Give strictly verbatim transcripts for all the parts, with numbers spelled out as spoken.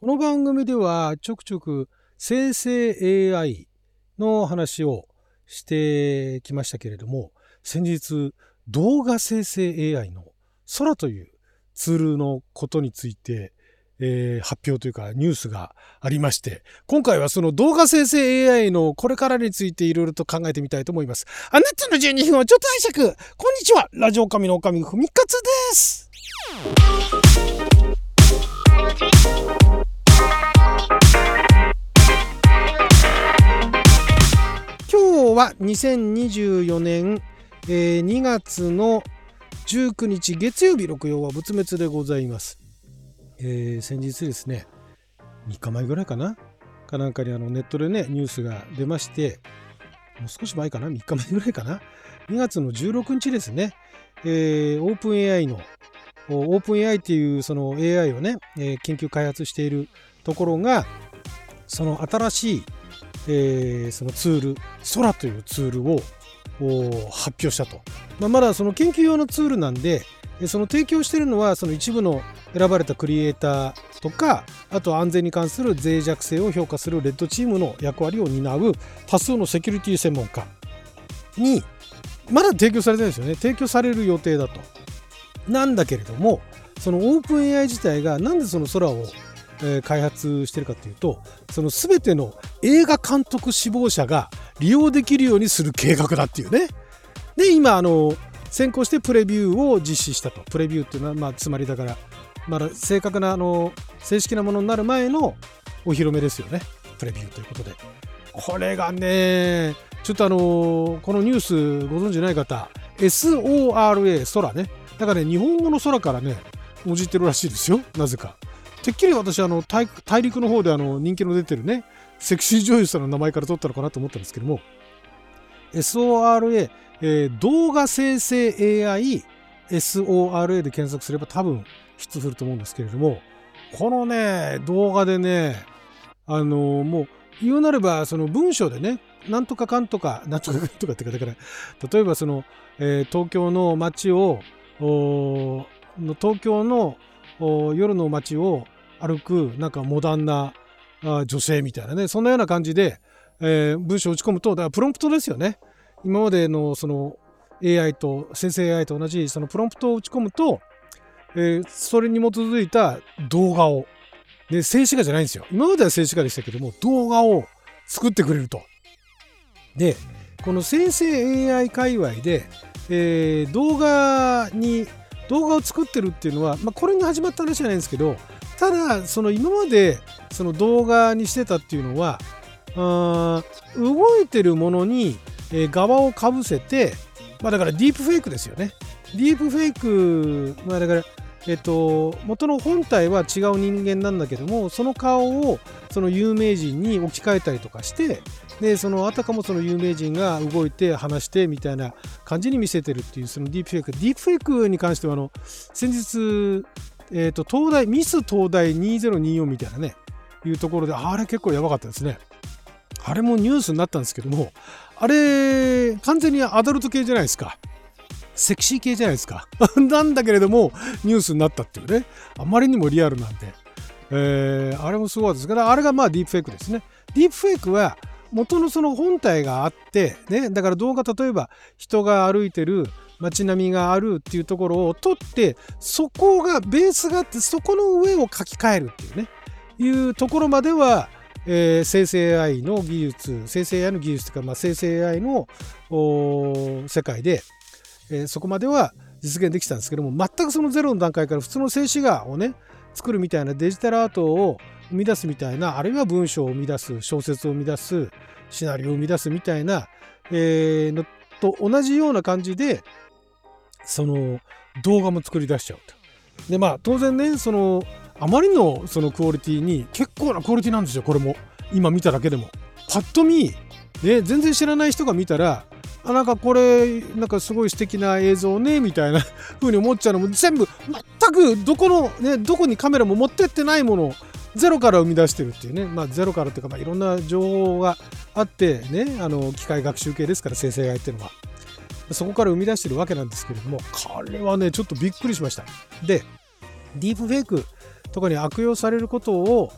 この番組ではちょくちょく生成 エーアイ の話をしてきましたけれども、先日動画生成 エーアイ の空というツールのことについて、えー、発表というかニュースがありまして、今回はその動画生成 エーアイ のこれからについていろいろと考えてみたいと思います。あなたのじゅうにふんをちょっと拝借。こんにちは、ラジオ神の神ふみかつです。今日はにせんにじゅうよねん、えー、にがつのじゅうくにち月曜日、録曜は仏滅でございます。えー、先日ですね、みっかまえぐらいかなかなんかにあのネットでねニュースが出まして、もう少し前かなみっかまえぐらいかなにがつのじゅうろくにちですね、えー、オープン エーアイ のオープン エーアイ っていうその エーアイ をね、えー、研究開発しているところが、その新しい、えー、そのツール空というツールを発表したと。まあ、まだその研究用のツールなんで、その提供しているのはその一部の選ばれたクリエイターとか、あと安全に関する脆弱性を評価するレッドチームの役割を担う多数のセキュリティ専門家にまだ提供されてないんですよね。提供される予定だと。なんだけれども、そのオープン エーアイ 自体がなんでその空を、えー、開発してるかというと、その全ての映画監督志望者が利用できるようにする計画だっていうね。で今あの先行してプレビューを実施したと。プレビューっていうのは、まあ、つまりだから、まだ正確なあの正式なものになる前のお披露目ですよね。プレビューということで、これがねちょっとあのこのニュースご存知ない方、 エスオーアールエー 空ね、だからね日本語の空からねもじってるらしいですよ。なぜかてっきり私あの 大, 大陸の方であの人気の出てるねセクシー女優さんの名前から取ったのかなと思ったんですけども、 エスオーアールエー、えー、動画生成 エーアイ エスオーアールエー で検索すれば多分ヒットすると思うんですけれども、このね動画でね、あのー、もう言うなればその文章でね、なんとかかんとかなんとかかんとかってか、だから例えばその、えー、東京の街をの東京の夜の街を歩くなんかモダンな女性みたいなね、そんなような感じで、えー、文章を打ち込むと、だからプロンプトですよね。今までのその エーアイ と生成 エーアイ と同じそのプロンプトを打ち込むと、えー、それに基づいた動画を、で静止画じゃないんですよ。今までは静止画でしたけども動画を作ってくれると。でこの生成 エーアイ 界隈で、えー、動画に動画を作ってるっていうのは、まあ、これに始まった話じゃないんですけど、ただその今までその動画にしてたっていうのは、あ動いてるものに、えー、側をかぶせて、まあ、だからディープフェイクですよね。ディープフェイク、まあ、だからえっと元の本体は違う人間なんだけども、その顔をその有名人に置き換えたりとかして、でそのあたかもその有名人が動いて話してみたいな感じに見せてるっていうそのディープフェイク。ディープフェイクに関してはあの先日、えっと東大ミス東大にせんにじゅうよんみたいなねいうところで、あれ結構やばかったですね。あれもニュースになったんですけども、あれ完全にアダルト系じゃないですか。セクシー系じゃないですかなんだけれどもニュースになったっていうね、あまりにもリアルなんで、えー、あれもすごいですから、あれがまあディープフェイクですね。ディープフェイクは元のその本体があってね、だから動画、例えば人が歩いてる街並みがあるっていうところを撮って、そこがベースがあって、そこの上を書き換えるっていうねいうところまでは、えー、生成 エーアイ の技術生成 エーアイ の技術というか、まあ、生成 エーアイ の世界で、えー、そこまでは実現できたんですけども、全くそのゼロの段階から普通の静止画をね作るみたいな、デジタルアートを生み出すみたいな、あるいは文章を生み出す、小説を生み出す、シナリオを生み出すみたいな、えー、のと同じような感じでその動画も作り出しちゃうと。でまあ当然ね、そのあまりのそのクオリティに、結構なクオリティなんですよ。これも今見ただけでもパッと見、ね、全然知らない人が見たら、あなんかこれなんかすごい素敵な映像ねみたいな風に思っちゃうのも、全部全くどこのねどこにカメラも持ってってないものをゼロから生み出してるっていうね、まあゼロからっていうか、まあいろんな情報があってね、あの機械学習系ですから生成 エーアイ っていうのはそこから生み出してるわけなんですけれども、これはねちょっとびっくりしました。でディープフェイクとかに悪用されることを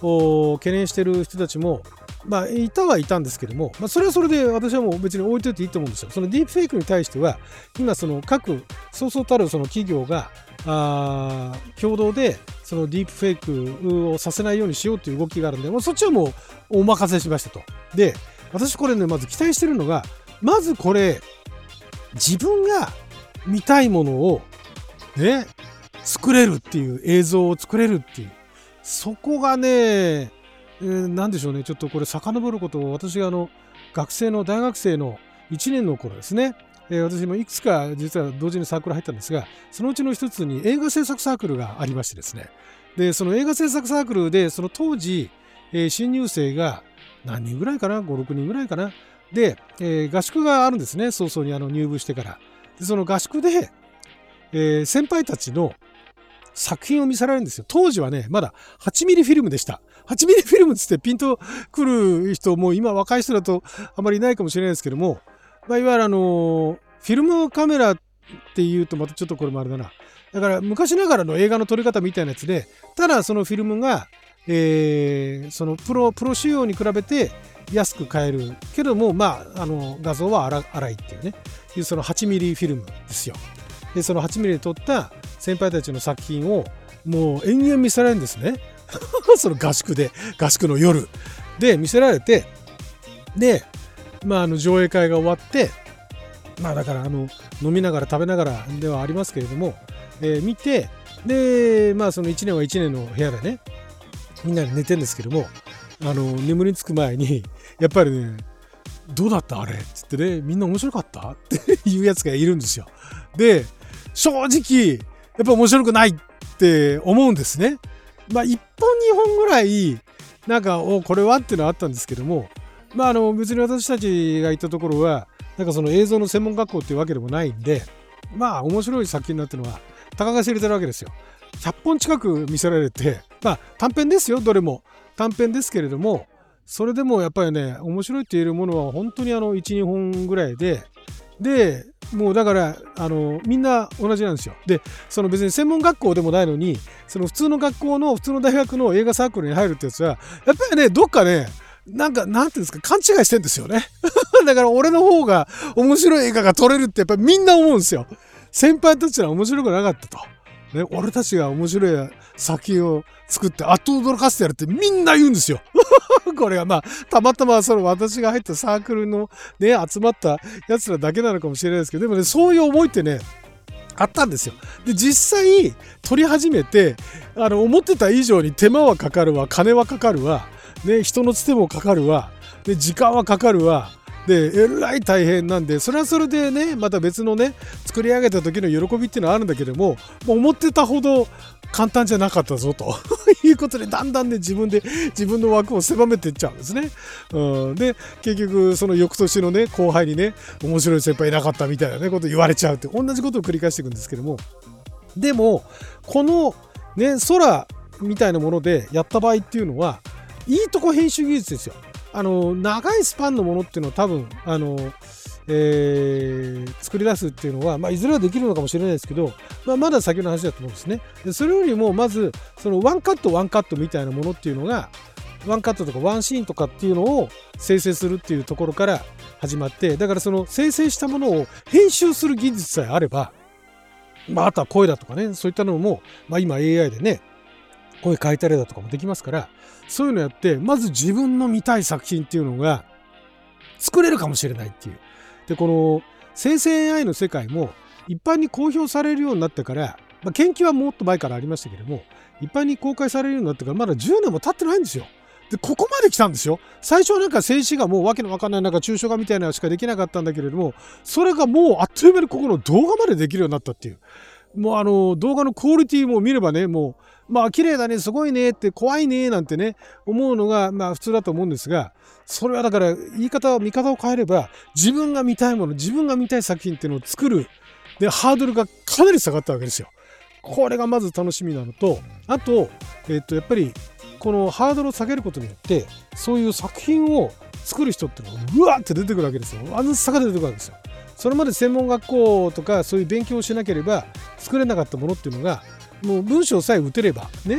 懸念してる人たちもまあいたはいたんですけども、まあ、それはそれで私はもう別に置いといていいと思うんですよ。そのディープフェイクに対しては今その各そうそうたるその企業があ共同でそのディープフェイクをさせないようにしようという動きがあるんで、もうそっちはもうお任せしましたと。で、私これねまず期待してるのが、まずこれ自分が見たいものをね作れるっていう、映像を作れるっていう、そこがね、えー、なんでしょうね、ちょっとこれ遡ることを、私があの学生の大学生のいちねんの頃ですね、えー、私もいくつか実は同時にサークル入ったんですが、そのうちの一つに映画制作サークルがありましてですね、でその映画制作サークルでその当時、えー、新入生が何人ぐらいかな、ご、ろくにんぐらいかな、で、えー、合宿があるんですね、早々にあの入部してから。でその合宿で、えー、先輩たちの作品を見せられるんですよ。当時はねまだはちミリフィルムでした。はちミリフィルムっつってピンとくる人も今若い人だとあまりいないかもしれないですけども、まあ、いわゆるあのフィルムカメラっていうとまたちょっとこれもあれだな、だから昔ながらの映画の撮り方みたいなやつで、ただそのフィルムが、えー、そのプロプロ仕様に比べて安く買えるけども、まああの画像は荒いっていうね、いうそのはちミリフィルムですよ。でそのはちミリで撮った先輩たちの作品をもう延々見せられるんですねその合宿で、合宿の夜で見せられて、でまああの上映会が終わって、まあだからあの飲みながら食べながらではありますけれども、えー、見て、でまあそのいちねんはいちねんの部屋でねみんなで寝てるんですけども、あの眠りにつく前にやっぱりね、どうだったあれっつってね、みんな面白かったっていうやつがいるんですよ。で正直やっぱ面白くないって思うんですね。まあいっぽんにほんぐらいなんかおこれはっていうのはあったんですけども、まああの別に私たちが行ったところはなんかその映像の専門学校っていうわけでもないんで、まあ面白い作品になってるのはたかが知れてるわけですよ。ひゃっぽん近く見せられて、まあ短編ですよ、どれも短編ですけれども、それでもやっぱりね面白いって言えるものは本当にあのいち、にほんぐらいで、でもうだからあのみんな同じなんですよ。でその別に専門学校でもないのに、その普通の学校の普通の大学の映画サークルに入るってやつはやっぱりねどっかねなんかなんていうんですか、勘違いしてんですよねだから俺の方が面白い映画が撮れるってやっぱりみんな思うんですよ。先輩たちは面白くなかったと、ね、俺たちが面白い作品を作ってあっと驚かせてやるってみんな言うんですよこれがまあたまたまその私が入ったサークルのね集まったやつらだけなのかもしれないですけど、でもねそういう思いってねあったんですよ。で実際撮り始めてあの思ってた以上に手間はかかるわ、金はかかるわ、ね、人のつてもかかるわ、で時間はかかるわ、でえらい大変なんで、それはそれでねまた別のね作り上げた時の喜びっていうのはあるんだけども、もう思ってたほど簡単じゃなかったぞということで、だんだんね自分で自分の枠を狭めていっちゃうんですね。うん、で結局その翌年のね後輩にね面白い先輩いなかったみたいなねこと言われちゃうって、同じことを繰り返していくんですけども、でもこのね空みたいなものでやった場合っていうのはいいとこ編集技術ですよ。あの長いスパンのものっていうのは多分あの、えー、作り出すっていうのは、まあ、いずれはできるのかもしれないですけど、まあ、まだ先の話だと思うんですね。でそれよりもまずそのワンカットワンカットみたいなものっていうのが、ワンカットとかワンシーンとかっていうのを生成するっていうところから始まって、だからその生成したものを編集する技術さえあれば、まあ、あとは声だとかね、そういったのも、まあ、今 エーアイ でね声変えたりだとかもできますから、そういうのやってまず自分の見たい作品っていうのが作れるかもしれないっていう。でこの生成 エーアイ の世界も一般に公表されるようになってから、まあ、研究はもっと前からありましたけども、一般に公開されるようになってからまだじゅうねんも経ってないんですよ。でここまで来たんですよ。最初はなんか静止画もうわけのわかんないなんか抽象画みたいなのしかできなかったんだけれども、それがもうあっという間にここの動画までできるようになったっていう。もうあの動画のクオリティも見ればね、もうまあ綺麗だね、すごいねって、怖いねなんてね思うのがまあ普通だと思うんですが、それはだから言い方見方を変えれば、自分が見たいもの、自分が見たい作品っていうのを作るでハードルがかなり下がったわけですよ。これがまず楽しみなのと、あと、えっと、やっぱりこのハードルを下げることによってそういう作品を作る人っていうのがうわーって出てくるわけですよ。あの差が出てくるわけですよ。それまで専門学校とかそういう勉強をしなければ作れなかったものっていうのが、もう文章さえ打てればね、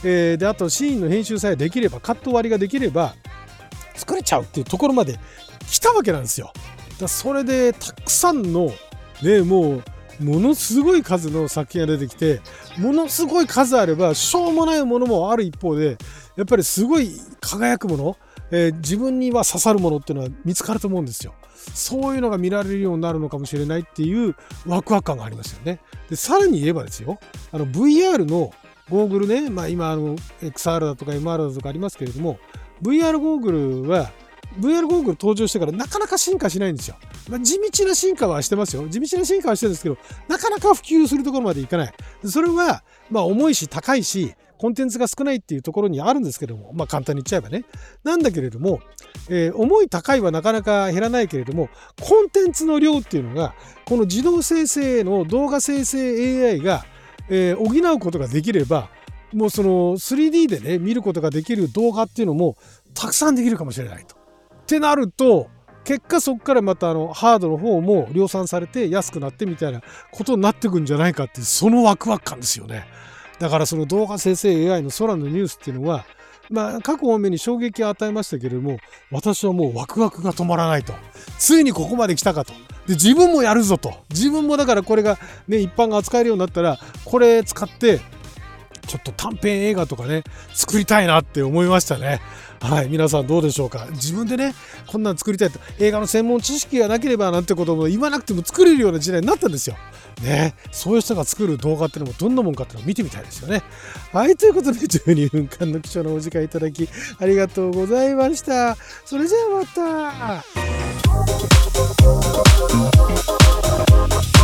えー、であとシーンの編集さえできれば、カット割りができれば作れちゃうっていうところまで来たわけなんですよ。だそれでたくさんのね、もうものすごい数の作品が出てきて、ものすごい数あればしょうもないものもある一方で、やっぱりすごい輝くもの、えー、自分には刺さるものっていうのは見つかると思うんですよ。そういうのが見られるようになるのかもしれないっていうワクワク感がありますよね。でさらに言えばですよ、あの ブイアール のゴーグルね、まあ、今あの エックスアール だとか エムアール だとかありますけれども、 ブイアール ゴーグルは ブイアール ゴーグル登場してからなかなか進化しないんですよ。まあ、地道な進化はしてますよ。地道な進化はしてるんですけど、なかなか普及するところまでいかない。それはまあ重いし高いしコンテンツが少ないっていうところにあるんですけども、まあ簡単に言っちゃえばね。なんだけれども、えー、重い高いはなかなか減らないけれども、コンテンツの量っていうのがこの自動生成の動画生成 エーアイ が、えー、補うことができれば、もうその スリーディー でね見ることができる動画っていうのもたくさんできるかもしれないと。ってなると結果そこからまたあのハードの方も量産されて安くなってみたいなことになってくんじゃないかっていう、そのワクワク感ですよね。だからその動画生成 エーアイ の空のニュースっていうのは、まあ各方面に衝撃を与えましたけれども、私はもうワクワクが止まらないと。ついにここまで来たかと。で自分もやるぞと。自分もだからこれがね一般が扱えるようになったら、これ使ってちょっと短編映画とかね作りたいなって思いましたね。はい、皆さんどうでしょうか。自分でねこんなん作りたいと、映画の専門知識がなければなんてことも言わなくても作れるような時代になったんですよね。そういう人が作る動画っていうのもどんなもんかっていうのを見てみたいですよね。はい、ということでじゅうにふんかんの貴重なお時間いただきありがとうございました。それじゃあまた。